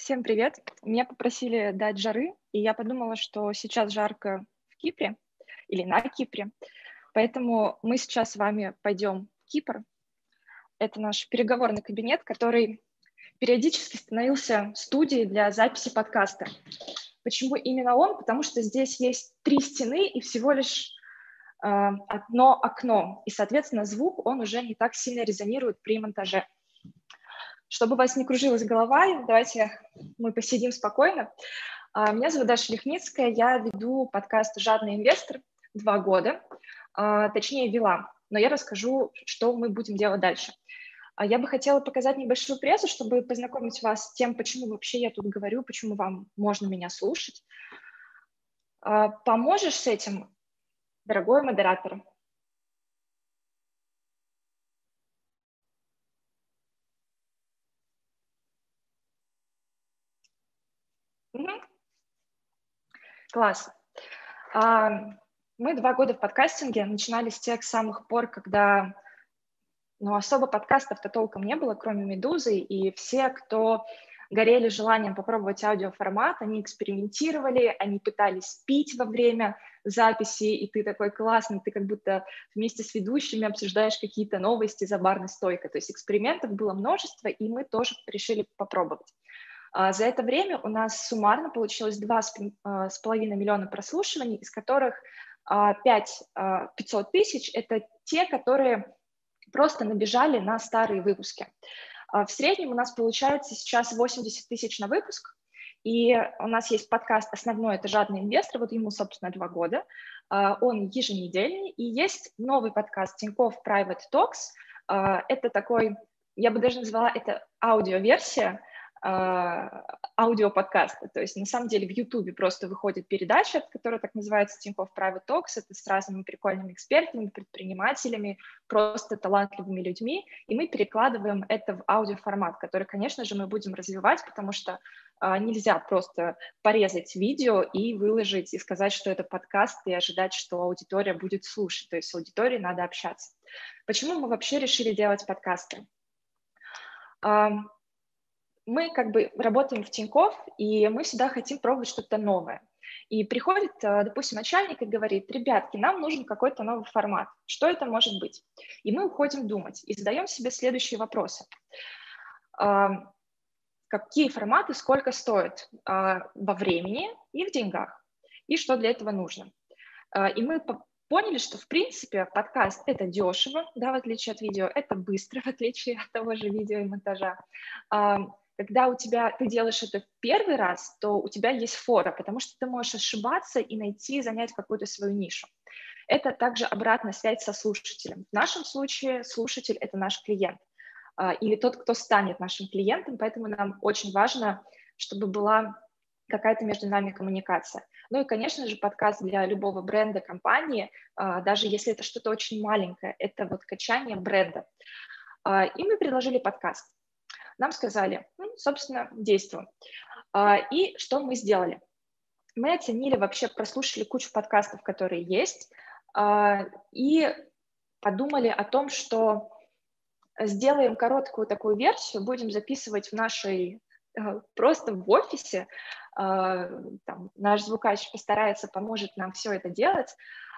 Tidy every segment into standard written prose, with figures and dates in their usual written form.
Всем привет! Меня попросили дать жары, и я подумала, что сейчас жарко в Кипре или на Кипре, поэтому мы сейчас с вами пойдем в Кипр. Это наш переговорный кабинет, который периодически становился студией для записи подкаста. Почему именно он? Потому что здесь есть 3 стены и всего лишь одно окно, и, соответственно, звук, он уже не так сильно резонирует при монтаже. Чтобы у вас не кружилась голова, давайте мы посидим спокойно. Меня зовут Даша Лихницкая, я веду подкаст «Жадный инвестор» 2 года, точнее вела, но я расскажу, что мы будем делать дальше. Я бы хотела показать небольшую прессу, чтобы познакомить вас с тем, почему вообще я тут говорю, почему вам можно меня слушать. Поможешь с этим, дорогой модератор? Класс. Мы 2 года в подкастинге, начинали с тех самых пор, когда особо подкастов-то толком не было, кроме «Медузы», и все, кто горели желанием попробовать аудиоформат, они экспериментировали, они пытались пить во время записи, и ты такой классный, ты как будто вместе с ведущими обсуждаешь какие-то новости за барной стойкой. То есть экспериментов было множество, и мы тоже решили попробовать. За это время у нас суммарно получилось 2,5 миллиона прослушиваний, из которых 500 тысяч – это те, которые просто набежали на старые выпуски. В среднем у нас получается сейчас 80 тысяч на выпуск, и у нас есть подкаст основной, это «Жадный инвестор», вот ему, собственно, 2 года, он еженедельный, и есть новый подкаст Тинькофф Private Talks, это такой, я бы даже назвала это аудиоверсия, аудиоподкаста. То есть на самом деле в Ютубе просто выходит передача, которая так называется Тинькофф Private Talks. Это с разными прикольными экспертами, предпринимателями, просто талантливыми людьми. И мы перекладываем это в аудиоформат, который, конечно же, мы будем развивать, потому что нельзя просто порезать видео и выложить, и сказать, что это подкаст, и ожидать, что аудитория будет слушать. То есть с аудиторией надо общаться. Почему мы вообще решили делать подкасты? Мы как бы работаем в Тинькофф, и мы всегда хотим пробовать что-то новое. И приходит, допустим, начальник и говорит: ребятки, нам нужен какой-то новый формат. Что это может быть? И мы уходим думать и задаем себе следующие вопросы. Какие форматы, сколько стоят во времени и в деньгах? И что для этого нужно? И мы поняли, что, в принципе, подкаст – это дешево, да, в отличие от видео, это быстро, в отличие от того же видео и монтажа. Когда ты делаешь это в первый раз, то у тебя есть фора, потому что ты можешь ошибаться и занять какую-то свою нишу. Это также обратная связь со слушателем. В нашем случае слушатель – это наш клиент или тот, кто станет нашим клиентом, поэтому нам очень важно, чтобы была какая-то между нами коммуникация. Ну и, конечно же, подкаст для любого бренда, компании, даже если это что-то очень маленькое, это вот качание бренда. И мы предложили подкаст. Нам сказали, собственно, действуем. И что мы сделали? Мы оценили вообще, прослушали кучу подкастов, которые есть, и подумали о том, что сделаем короткую такую версию, будем записывать просто в офисе, там, наш звукач постарается, поможет нам все это делать.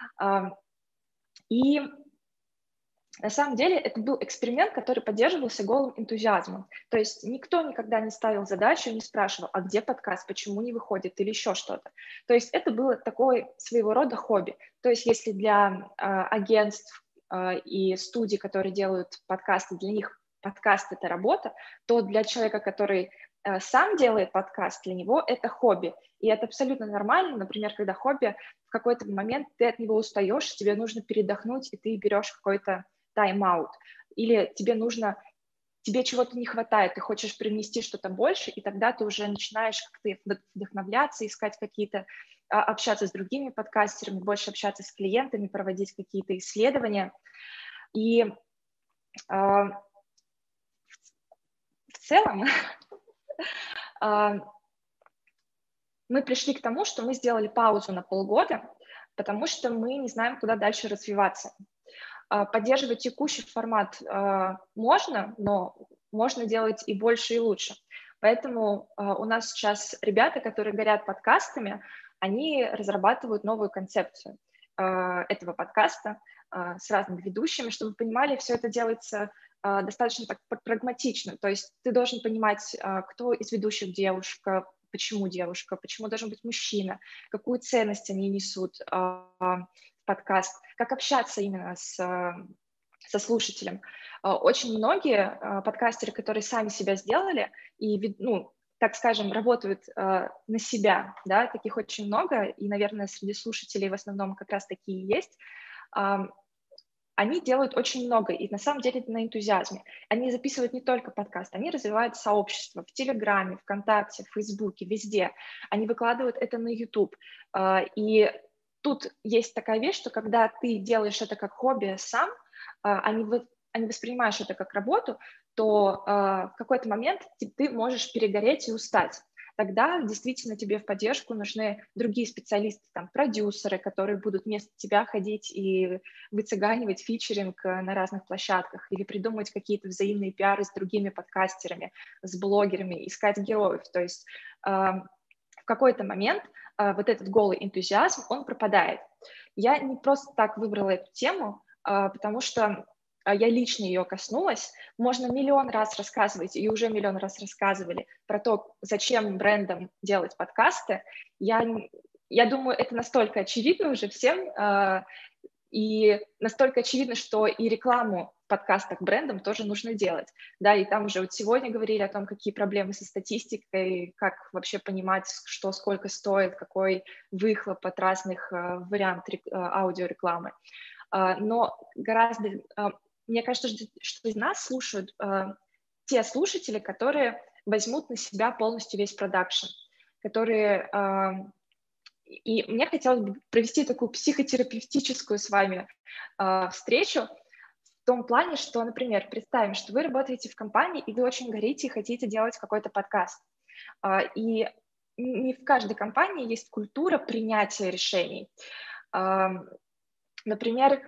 И на самом деле это был эксперимент, который поддерживался голым энтузиазмом. То есть никто никогда не ставил задачу, не спрашивал, а где подкаст, почему не выходит или еще что-то. То есть это было такое своего рода хобби. То есть если для агентств и студий, которые делают подкасты, для них подкаст – это работа, то для человека, который сам делает подкаст, для него это хобби. И это абсолютно нормально. Например, когда хобби, в какой-то момент ты от него устаешь, тебе нужно передохнуть, и ты берешь какой-то тайм-аут. Или тебе чего-то не хватает, ты хочешь привнести что-то больше, и тогда ты уже начинаешь как-то вдохновляться, искать общаться с другими подкастерами, больше общаться с клиентами, проводить какие-то исследования. И в целом мы пришли к тому, что мы сделали паузу на полгода, потому что мы не знаем, куда дальше развиваться. Поддерживать текущий формат можно, но можно делать и больше, и лучше. Поэтому у нас сейчас ребята, которые горят подкастами, они разрабатывают новую концепцию этого подкаста с разными ведущими, чтобы вы понимали, все это делается достаточно так прагматично. То есть ты должен понимать, кто из ведущих девушка, почему должен быть мужчина, какую ценность они несут в подкаст, как общаться именно со слушателем. Очень многие подкастеры, которые сами себя сделали и, ну, так скажем, работают на себя, да, таких очень много, и, наверное, среди слушателей в основном как раз такие есть, они делают очень много, и на самом деле это на энтузиазме. Они записывают не только подкаст, они развивают сообщество в Телеграме, ВКонтакте, в Фейсбуке, везде. Они выкладывают это на YouTube. И тут есть такая вещь, что когда ты делаешь это как хобби сам, а не воспринимаешь это как работу, то в какой-то момент ты можешь перегореть и устать. Тогда действительно тебе в поддержку нужны другие специалисты, там, продюсеры, которые будут вместо тебя ходить и выцыганивать фичеринг на разных площадках или придумывать какие-то взаимные пиары с другими подкастерами, с блогерами, искать героев. То есть в какой-то момент вот этот голый энтузиазм, он пропадает. Я не просто так выбрала эту тему, потому что я лично ее коснулась. Можно миллион раз рассказывать, и уже миллион раз рассказывали про то, зачем брендам делать подкасты. Я думаю, это настолько очевидно уже всем, и настолько очевидно, что и рекламу в подкастах брендам тоже нужно делать. Да, и там уже вот сегодня говорили о том, какие проблемы со статистикой, как вообще понимать, что сколько стоит, какой выхлоп от разных вариантов аудиорекламы. Но гораздо... Мне кажется, что из нас слушают те слушатели, которые возьмут на себя полностью весь продакшн, которые... И мне хотелось бы провести такую психотерапевтическую с вами встречу в том плане, что, например, представим, что вы работаете в компании, и вы очень горите и хотите делать какой-то подкаст. И не в каждой компании есть культура принятия решений. Например,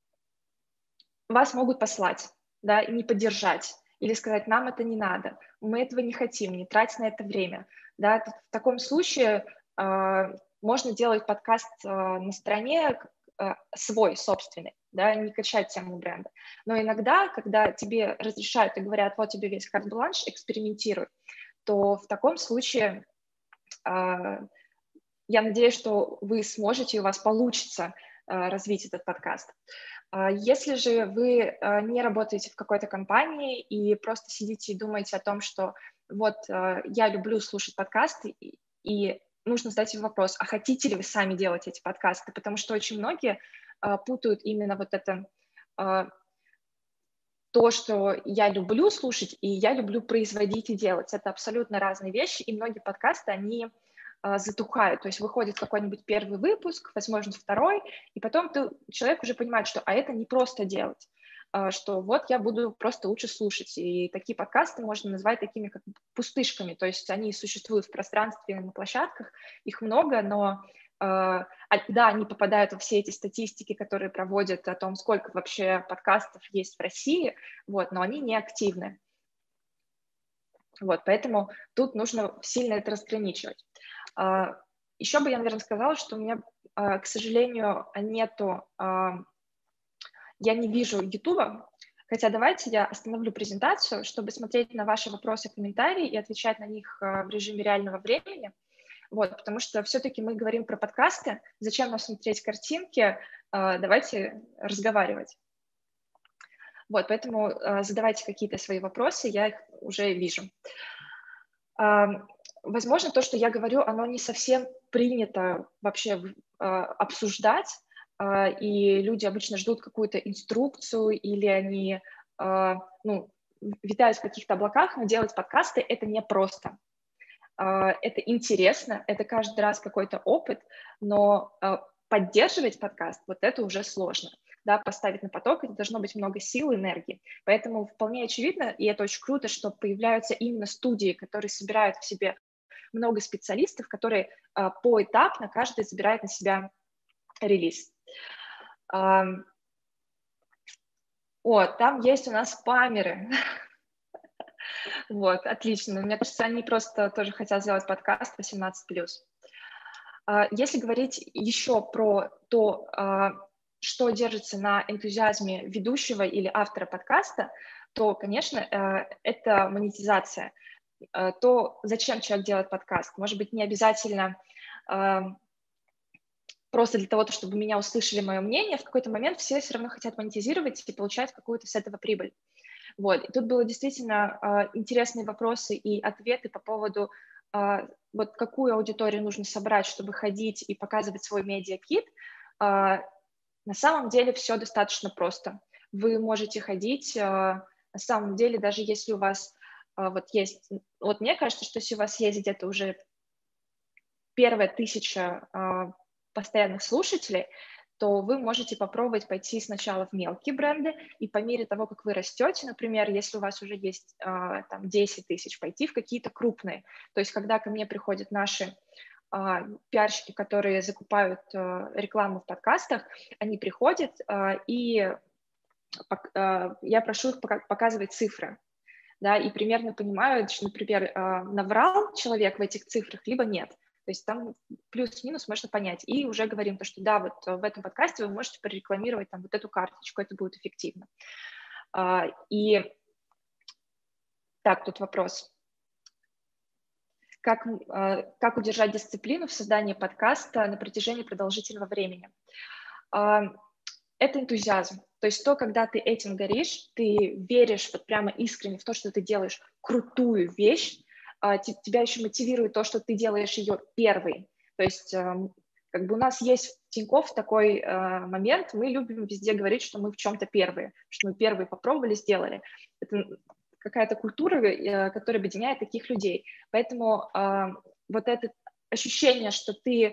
вас могут послать, да, и не поддержать, или сказать, нам это не надо, мы этого не хотим, не тратить на это время. Да. В таком случае можно делать подкаст на стороне свой, собственный, да, не качать тему бренда. Но иногда, когда тебе разрешают и говорят, вот тебе весь карт-бланш, экспериментируй, то в таком случае я надеюсь, что вы сможете, и у вас получится развить этот подкаст. Если же вы не работаете в какой-то компании и просто сидите и думаете о том, что вот я люблю слушать подкасты, и нужно задать себе вопрос, а хотите ли вы сами делать эти подкасты? Потому что очень многие путают именно вот это то, что я люблю слушать, и я люблю производить и делать. Это абсолютно разные вещи, и многие подкасты, они затухают. То есть выходит какой-нибудь первый выпуск, возможно, второй, и потом человек уже понимает, что это не просто делать, что вот я буду просто лучше слушать. И такие подкасты можно назвать такими как пустышками, то есть они существуют в пространстве, на площадках, их много, но да, они попадают во все эти статистики, которые проводят о том, сколько вообще подкастов есть в России, вот, но они не активны. Вот, поэтому тут нужно сильно это разграничивать. Еще бы я, наверное, сказала, что у меня, к сожалению, нету, я не вижу YouTube, хотя давайте я остановлю презентацию, чтобы смотреть на ваши вопросы, комментарии и отвечать на них в режиме реального времени. Вот, потому что все-таки мы говорим про подкасты, зачем нам смотреть картинки, давайте разговаривать. Вот, поэтому задавайте какие-то свои вопросы, я их уже вижу. Возможно, то, что я говорю, оно не совсем принято вообще обсуждать, и люди обычно ждут какую-то инструкцию, или они витают в каких-то облаках, но делать подкасты — это непросто. Это интересно, это каждый раз какой-то опыт, но поддерживать подкаст, вот это уже сложно. Да, поставить на поток, это должно быть много сил и энергии. Поэтому вполне очевидно, и это очень круто, что появляются именно студии, которые собирают в себе много специалистов, которые поэтапно каждый забирает на себя релиз. Там есть у нас спамеры. Вот, отлично. Мне кажется, они просто тоже хотят сделать подкаст 18+. Если говорить еще про то, что держится на энтузиазме ведущего или автора подкаста, то, конечно, это монетизация. То, зачем человек делает подкаст. Может быть, не обязательно просто для того, чтобы меня услышали мое мнение, в какой-то момент все равно хотят монетизировать и получать какую-то с этого прибыль. Вот. И тут было действительно интересные вопросы и ответы по поводу, вот какую аудиторию нужно собрать, чтобы ходить и показывать свой медиакит. На самом деле все достаточно просто. Вы можете ходить, на самом деле, даже если у вас вот есть... Вот мне кажется, что если у вас есть где-то уже первая 1000 постоянных слушателей, то вы можете попробовать пойти сначала в мелкие бренды, и по мере того, как вы растете, например, если у вас уже есть там 10 тысяч, пойти в какие-то крупные. То есть когда ко мне приходят наши пиарщики, которые закупают рекламу в подкастах, они приходят, и я прошу их показывать цифры, да, и примерно понимают, что, например, наврал человек в этих цифрах, либо нет. То есть там плюс-минус можно понять. И уже говорим то, что да, вот в этом подкасте вы можете прорекламировать там вот эту карточку, это будет эффективно. И так, тут вопрос. Как удержать дисциплину в создании подкаста на протяжении продолжительного времени? Это энтузиазм. То есть то, когда ты этим горишь, ты веришь вот прямо искренне в то, что ты делаешь крутую вещь, тебя еще мотивирует то, что ты делаешь ее первой. То есть как бы у нас есть в Тинькофф такой момент, мы любим везде говорить, что мы в чем-то первые, что мы первые попробовали, сделали. Это какая-то культура, которая объединяет таких людей. Поэтому вот это ощущение, что ты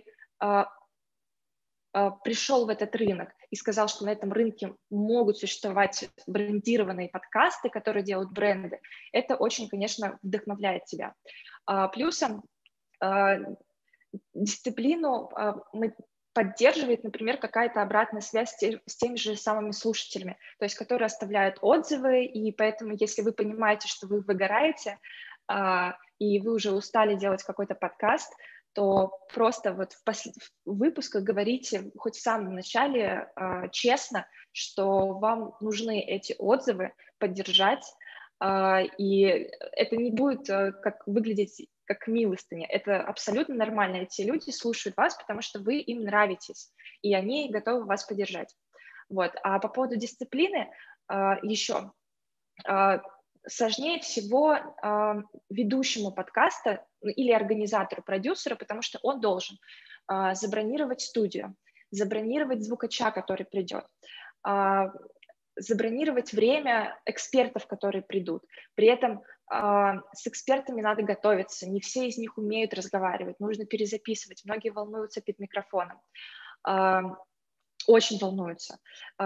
пришел в этот рынок и сказал, что на этом рынке могут существовать брендированные подкасты, которые делают бренды, это очень, конечно, вдохновляет тебя. Плюсом дисциплину поддерживает, например, какая-то обратная связь с теми же самыми слушателями, то есть которые оставляют отзывы, и поэтому, если вы понимаете, что вы выгораете, и вы уже устали делать какой-то подкаст, то просто вот в выпусках говорите хоть в самом начале честно, что вам нужны эти отзывы, поддержать, и это не будет как выглядеть как милостыня. Это абсолютно нормально. Эти люди слушают вас, потому что вы им нравитесь, и они готовы вас поддержать. Вот. А по поводу дисциплины еще сложнее всего ведущему подкаста или организатору, продюсеру, потому что он должен забронировать студию, забронировать звукача, который придет, забронировать время экспертов, которые придут. При этом с экспертами надо готовиться, не все из них умеют разговаривать, нужно перезаписывать, многие волнуются перед микрофоном. Очень волнуются.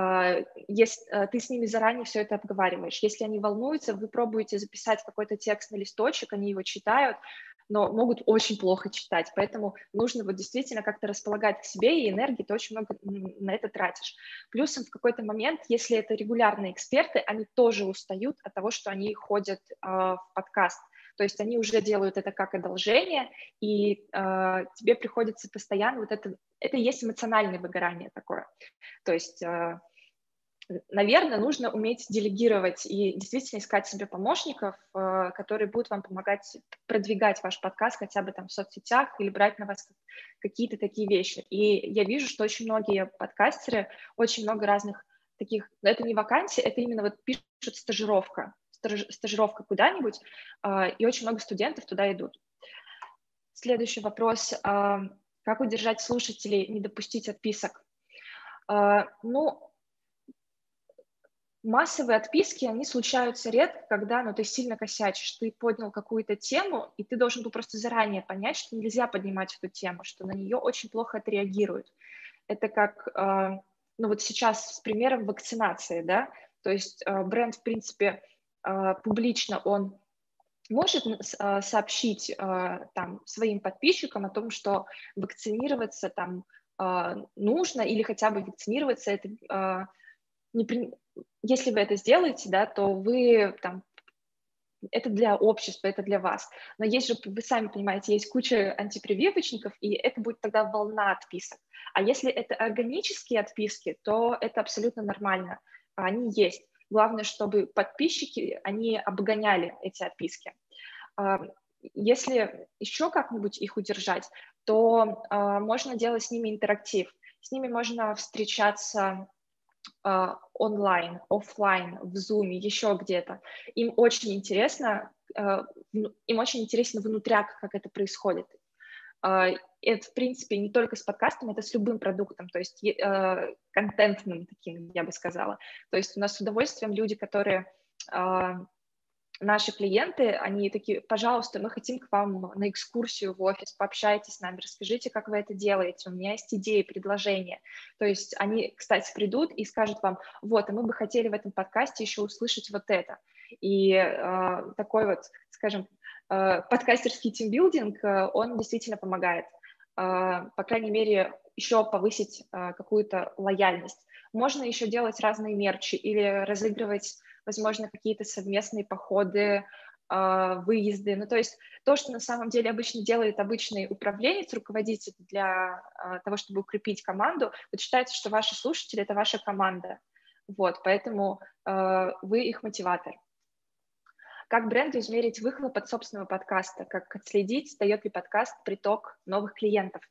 Если ты с ними заранее все это обговариваешь. Если они волнуются, вы пробуете записать какой-то текст на листочек, они его читают, но могут очень плохо читать. Поэтому нужно вот действительно как-то располагать к себе, и энергии ты очень много на это тратишь. Плюсом в какой-то момент, если это регулярные эксперты, они тоже устают от того, что они ходят в подкаст. То есть они уже делают это как одолжение, и тебе приходится постоянно вот это и есть эмоциональное выгорание такое. То есть, наверное, нужно уметь делегировать и действительно искать себе помощников, которые будут вам помогать продвигать ваш подкаст хотя бы там в соцсетях или брать на вас какие-то такие вещи. И я вижу, что очень многие подкастеры, очень много разных таких, это не вакансии, это именно вот пишут стажировка куда-нибудь, и очень много студентов туда идут. Следующий вопрос. Как удержать слушателей, не допустить отписок? Ну, массовые отписки, они случаются редко, когда ты сильно косячишь, ты поднял какую-то тему, и ты должен был просто заранее понять, что нельзя поднимать эту тему, что на нее очень плохо отреагируют. Это как, вот сейчас с примером вакцинации, да, то есть бренд, в принципе, публично он может сообщить там своим подписчикам о том, что вакцинироваться там нужно, или хотя бы вакцинироваться, это если вы это сделаете, да, то вы там это для общества, это для вас. Но есть же, вы сами понимаете, есть куча антипрививочников, и это будет тогда волна отписок. А если это органические отписки, то это абсолютно нормально. Они есть. Главное, чтобы подписчики, они обгоняли эти отписки. Если еще как-нибудь их удержать, то можно делать с ними интерактив. С ними можно встречаться онлайн, офлайн, в Zoom, еще где-то. Им очень интересно, им очень интересно внутряк, как это происходит. Это, в принципе, не только с подкастом, это с любым продуктом, то есть контентным таким, я бы сказала. То есть у нас с удовольствием люди, которые наши клиенты, они такие: пожалуйста, мы хотим к вам на экскурсию в офис, пообщайтесь с нами, расскажите, как вы это делаете, у меня есть идеи, предложения. То есть они, кстати, придут и скажут вам: вот, а мы бы хотели в этом подкасте еще услышать вот это. И такой вот, скажем, подкастерский тимбилдинг, он действительно помогает, по крайней мере, еще повысить какую-то лояльность. Можно еще делать разные мерчи или разыгрывать, возможно, какие-то совместные походы, выезды. Ну, то есть то, что на самом деле обычно делает обычный управленец, руководитель для того, чтобы укрепить команду. Вот считается, что ваши слушатели — это ваша команда. Вот, поэтому вы их мотиватор. Как бренду измерить выхлоп от собственного подкаста? Как отследить, дает ли подкаст приток новых клиентов?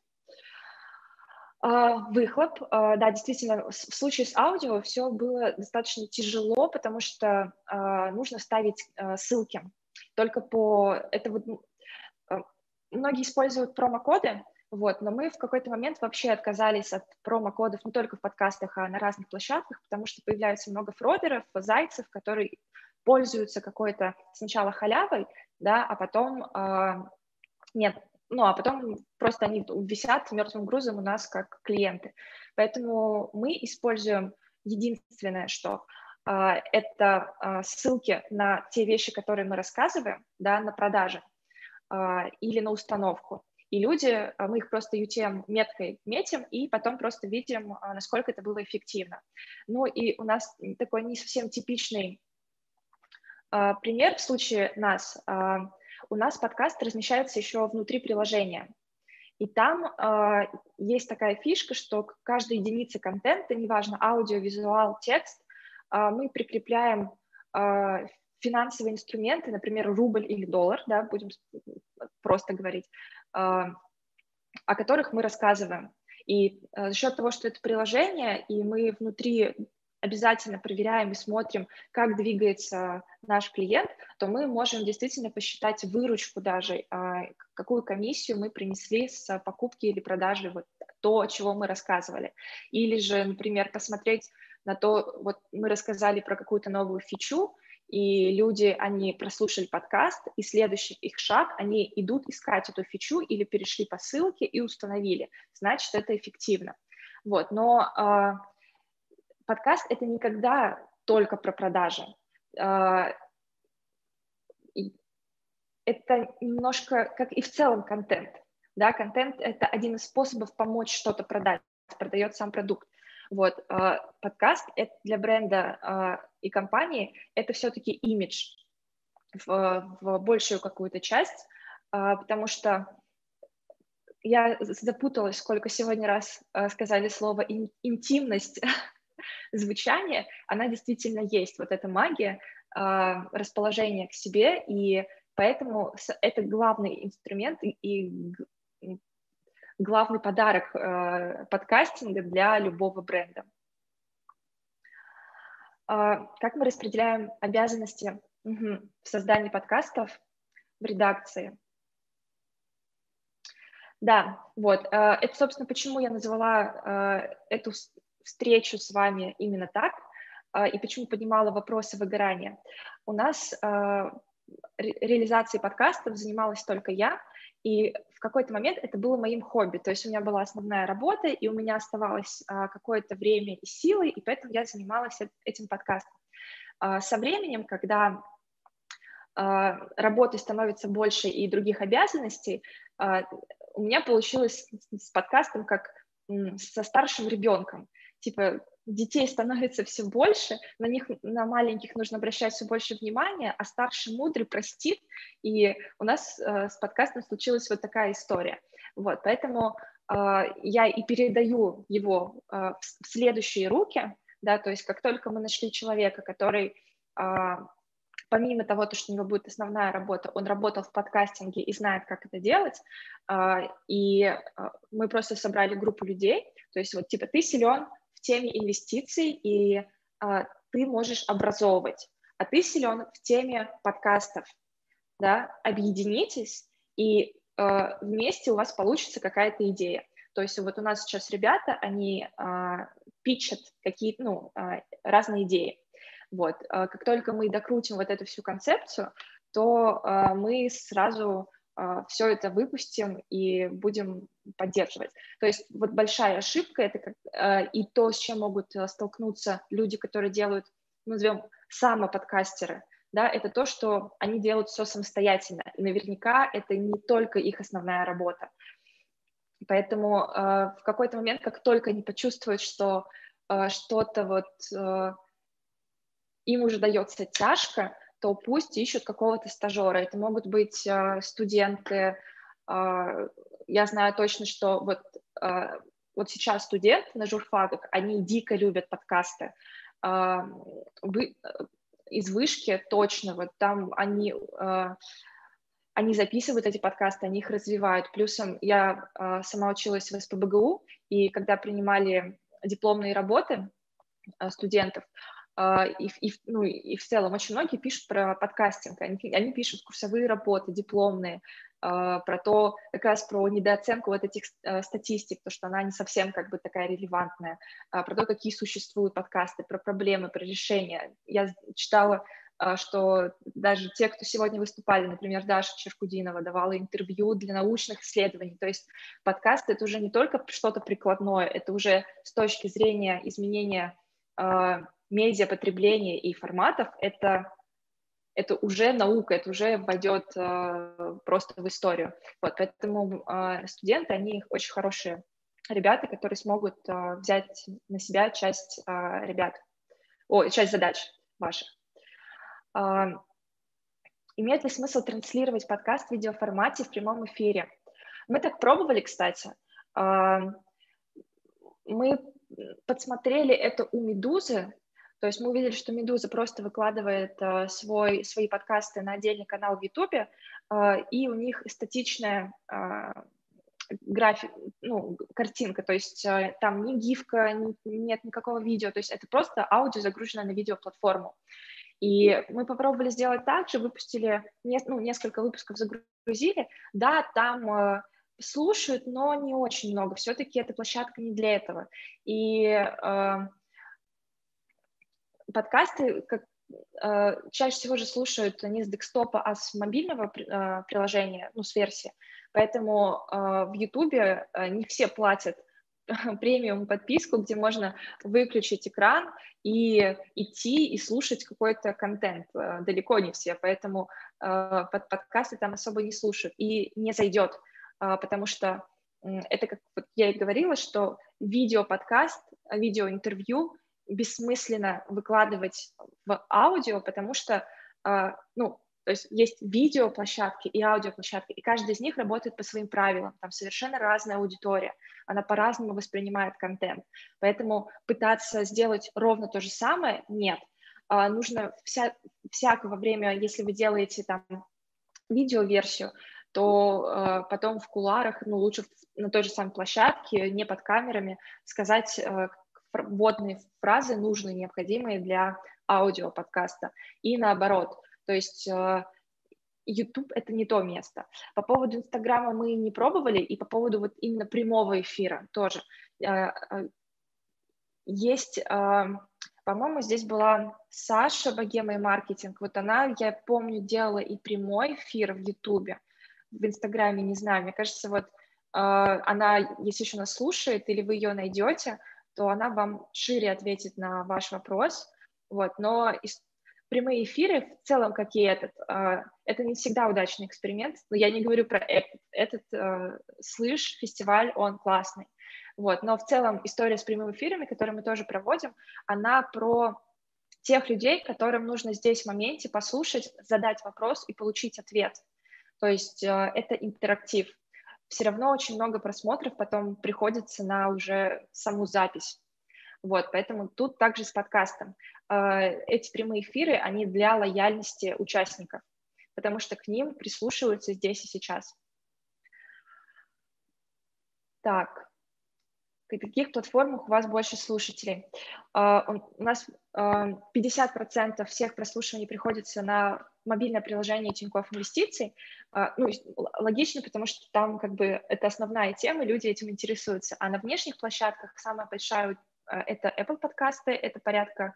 Выхлоп, да, действительно, в случае с аудио все было достаточно тяжело, потому что нужно ставить ссылки. Только это вот, многие используют промокоды, вот, но мы в какой-то момент вообще отказались от промокодов не только в подкастах, а на разных площадках, потому что появляется много фродеров, зайцев, которые пользуются какой-то сначала халявой, да, а потом нет. Ну, а потом просто они висят мертвым грузом у нас как клиенты. Поэтому мы используем единственное, что это ссылки на те вещи, которые мы рассказываем, да, на продажи или на установку. И люди, мы их просто меткой метим, и потом просто видим, насколько это было эффективно. Ну, и у нас такой не совсем типичный пример в случае нас. У нас подкаст размещается еще внутри приложения. И там есть такая фишка, что к каждой единице контента, неважно, аудио, визуал, текст, мы прикрепляем финансовые инструменты, например, рубль или доллар, да, будем просто говорить, о которых мы рассказываем. И за счет того, что это приложение, и мы внутри обязательно проверяем и смотрим, как двигается наш клиент, то мы можем действительно посчитать выручку даже, какую комиссию мы принесли с покупки или продажи вот то, чего мы рассказывали. Или же, например, посмотреть на то, вот мы рассказали про какую-то новую фичу, и люди, они прослушали подкаст, и следующий их шаг, они идут искать эту фичу или перешли по ссылке и установили. Значит, это эффективно. Вот, но подкаст — это никогда только про продажи. Это немножко, как и в целом контент. Да? Контент — это один из способов помочь что-то продать, продает сам продукт. Вот. Подкаст — это для бренда и компании — это все-таки имидж в большую какую-то часть, потому что я запуталась, сколько сегодня раз сказали слово интимность, звучание, она действительно есть, вот эта магия, расположение к себе, и поэтому это главный инструмент и главный подарок подкастинга для любого бренда. Как мы распределяем обязанности в создании подкастов в редакции? Да, вот, это, собственно, почему я назвала эту встречу с вами именно так, и почему поднимала вопросы выгорания. У нас реализацией подкастов занималась только я, и в какой-то момент это было моим хобби, то есть у меня была основная работа, и у меня оставалось какое-то время и силы, и поэтому я занималась этим подкастом. Со временем, когда работы становится больше и других обязанностей, у меня получилось с подкастом как со старшим ребенком. Типа, детей становится все больше, на маленьких нужно обращать все больше внимания, а старший мудрый простит, и у нас с подкастом случилась вот такая история. Вот, поэтому я и передаю его в следующие руки, да, то есть как только мы нашли человека, который помимо того, что у него будет основная работа, он работал в подкастинге и знает, как это делать, и мы просто собрали группу людей, то есть вот типа ты силен в теме инвестиций, и ты можешь образовывать, а ты силен в теме подкастов, да, объединитесь, и вместе у вас получится какая-то идея. То есть вот у нас сейчас ребята, они питчат какие-то, разные идеи. Вот. Как только мы докрутим вот эту всю концепцию, то мы сразу все это выпустим и будем поддерживать. То есть вот большая ошибка, это и то, с чем могут столкнуться люди, которые делают, назовем, самоподкастеры, да, это то, что они делают все самостоятельно, и наверняка это не только их основная работа. Поэтому в какой-то момент, как только они почувствуют, что что-то вот им уже дается тяжко, то пусть ищут какого-то стажера. Это могут быть студенты. Я знаю точно, что вот сейчас студенты на журфаках, они дико любят подкасты. Из вышки точно, вот там они записывают эти подкасты, они их развивают. Плюсом я сама училась в СПбГУ, и когда принимали дипломные работы студентов, и в целом очень многие пишут про подкастинг, они пишут курсовые работы, дипломные, про то, как раз про недооценку вот этих статистик, то, что она не совсем как бы такая релевантная, про то, какие существуют подкасты, про проблемы, про решения. Я читала, что даже те, кто сегодня выступали, например, Даша Черкудинова давала интервью для научных исследований, то есть подкасты — это уже не только что-то прикладное, это уже с точки зрения изменения медиапотребления и форматов, это уже наука, это уже войдет просто в историю. Вот, поэтому студенты, они очень хорошие ребята, которые смогут взять на себя часть часть задач ваших. Имеет ли смысл транслировать подкаст в видеоформате в прямом эфире? Мы так пробовали, кстати. Мы подсмотрели это у «Медузы», то есть мы увидели, что «Медуза» просто выкладывает свои подкасты на отдельный канал в Ютубе, и у них статичная картинка, то есть там ни гифка, нет никакого видео, то есть это просто аудио, загруженное на видеоплатформу. И мы попробовали сделать так же, выпустили, несколько выпусков загрузили, да, там слушают, но не очень много, все-таки эта площадка не для этого. И подкасты чаще всего же слушают не с десктопа, а с мобильного приложения, с версии. Поэтому в Ютубе не все платят премиум подписку, где можно выключить экран и идти и слушать какой-то контент. Далеко не все, поэтому подкасты там особо не слушают и не зайдет, потому что это, как вот я и говорила, что видеоподкаст, видеоинтервью бессмысленно выкладывать в аудио, потому что, то есть есть видеоплощадки и аудиоплощадки, и каждая из них работает по своим правилам, там совершенно разная аудитория, она по-разному воспринимает контент, поэтому пытаться сделать ровно то же самое нет. Нужно всякого время, если вы делаете там видеоверсию, то потом в кулуарах, лучше на той же самой площадке, не под камерами, сказать вводные фразы, нужные, необходимые для аудиоподкаста, и наоборот. То есть YouTube — это не то место. По поводу Инстаграма мы не пробовали, и по поводу вот именно прямого эфира тоже. Есть, по-моему, здесь была Саша, Богема и маркетинг. Вот она, я помню, делала и прямой эфир в Ютубе, в Инстаграме, не знаю. Мне кажется, вот она, если еще нас слушает, или вы ее найдете, то она вам шире ответит на ваш вопрос. Вот. Но прямые эфиры в целом, как и этот, это не всегда удачный эксперимент. Но я не говорю про этот. Слышь, фестиваль, он классный. Вот. Но в целом история с прямыми эфирами, которые мы тоже проводим, она про тех людей, которым нужно здесь в моменте послушать, задать вопрос и получить ответ. То есть это интерактив. Все равно очень много просмотров потом приходится на уже саму запись. Вот, поэтому тут также с подкастом. Эти прямые эфиры, они для лояльности участников, потому что к ним прислушиваются здесь и сейчас. Так, на каких платформах у вас больше слушателей? У нас 50% всех прослушиваний приходится на мобильное приложение Тинькофф Инвестиций. Ну, логично, потому что там как бы это основная тема, люди этим интересуются. А на внешних площадках самая большая это Apple подкасты, это порядка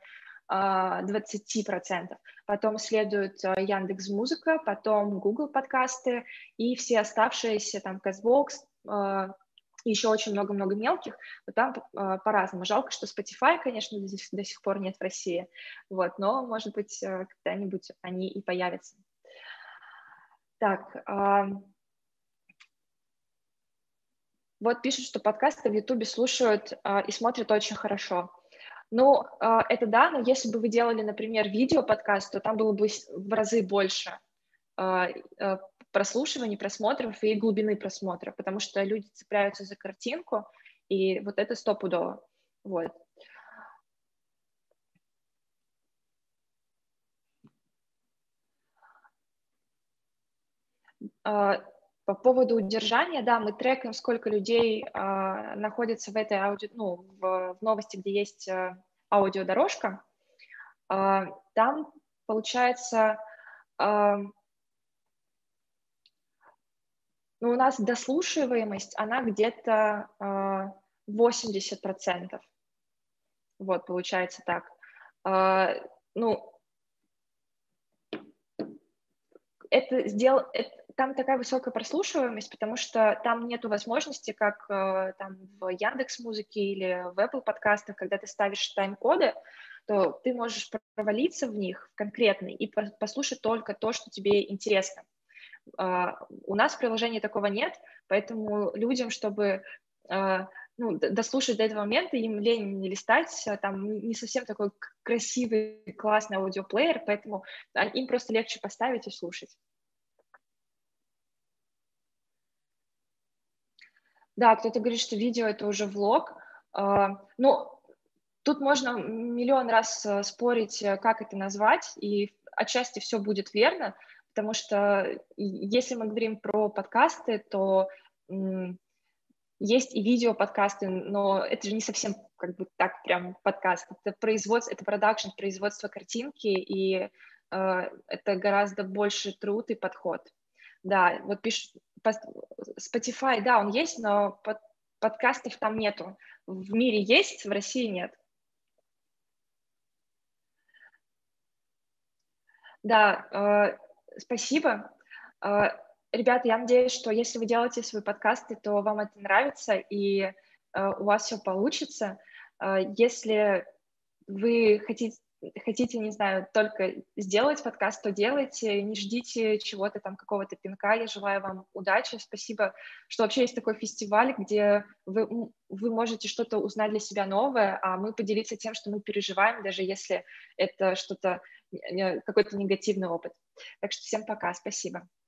20%. Потом следует Яндекс.Музыка, потом Google подкасты и все оставшиеся, там, Castbox, еще очень много-много мелких, но там по-разному. Жалко, что Spotify, конечно, до сих пор нет в России, вот, но, может быть, когда-нибудь они и появятся. Так, вот пишут, что подкасты в Ютубе слушают и смотрят очень хорошо. Ну, это да, но если бы вы делали, например, видео-подкаст, то там было бы в разы больше прослушиваний, просмотров и глубины просмотра, потому что люди цепляются за картинку, и вот это стопудово. Вот. По поводу удержания, да, мы трекаем, сколько людей находится в этой в новости, где есть аудиодорожка. Там, получается, ну, у нас дослушиваемость, она где-то 80%. Вот, получается так. Ну, там такая высокая прослушиваемость, потому что там нету возможности, как там в Яндекс.Музыке или в Apple подкастах, когда ты ставишь тайм-коды, то ты можешь провалиться в них конкретно и послушать только то, что тебе интересно. У нас в приложении такого нет, поэтому людям, чтобы дослушать до этого момента, им лень не листать, там не совсем такой красивый, классный аудиоплеер, поэтому им просто легче поставить и слушать. Да, кто-то говорит, что видео — это уже влог. Ну, тут можно миллион раз спорить, как это назвать, и отчасти все будет верно, потому что если мы говорим про подкасты, то есть и видео-подкасты, но это же не совсем как бы так прям подкаст. Это производство, это продакшн, производство картинки, и это гораздо больше труд и подход. Да, вот пишут, Spotify, да, он есть, но подкастов там нету. В мире есть, в России нет. Да, спасибо. Ребята, я надеюсь, что если вы делаете свои подкасты, то вам это нравится, и у вас все получится. Если вы хотите, не знаю, только сделать подкаст, то делайте, не ждите чего-то там, какого-то пинка. Я желаю вам удачи. Спасибо, что вообще есть такой фестиваль, где вы можете что-то узнать для себя новое, а мы поделиться тем, что мы переживаем, даже если это что-то, какой-то негативный опыт. Так что всем пока, спасибо.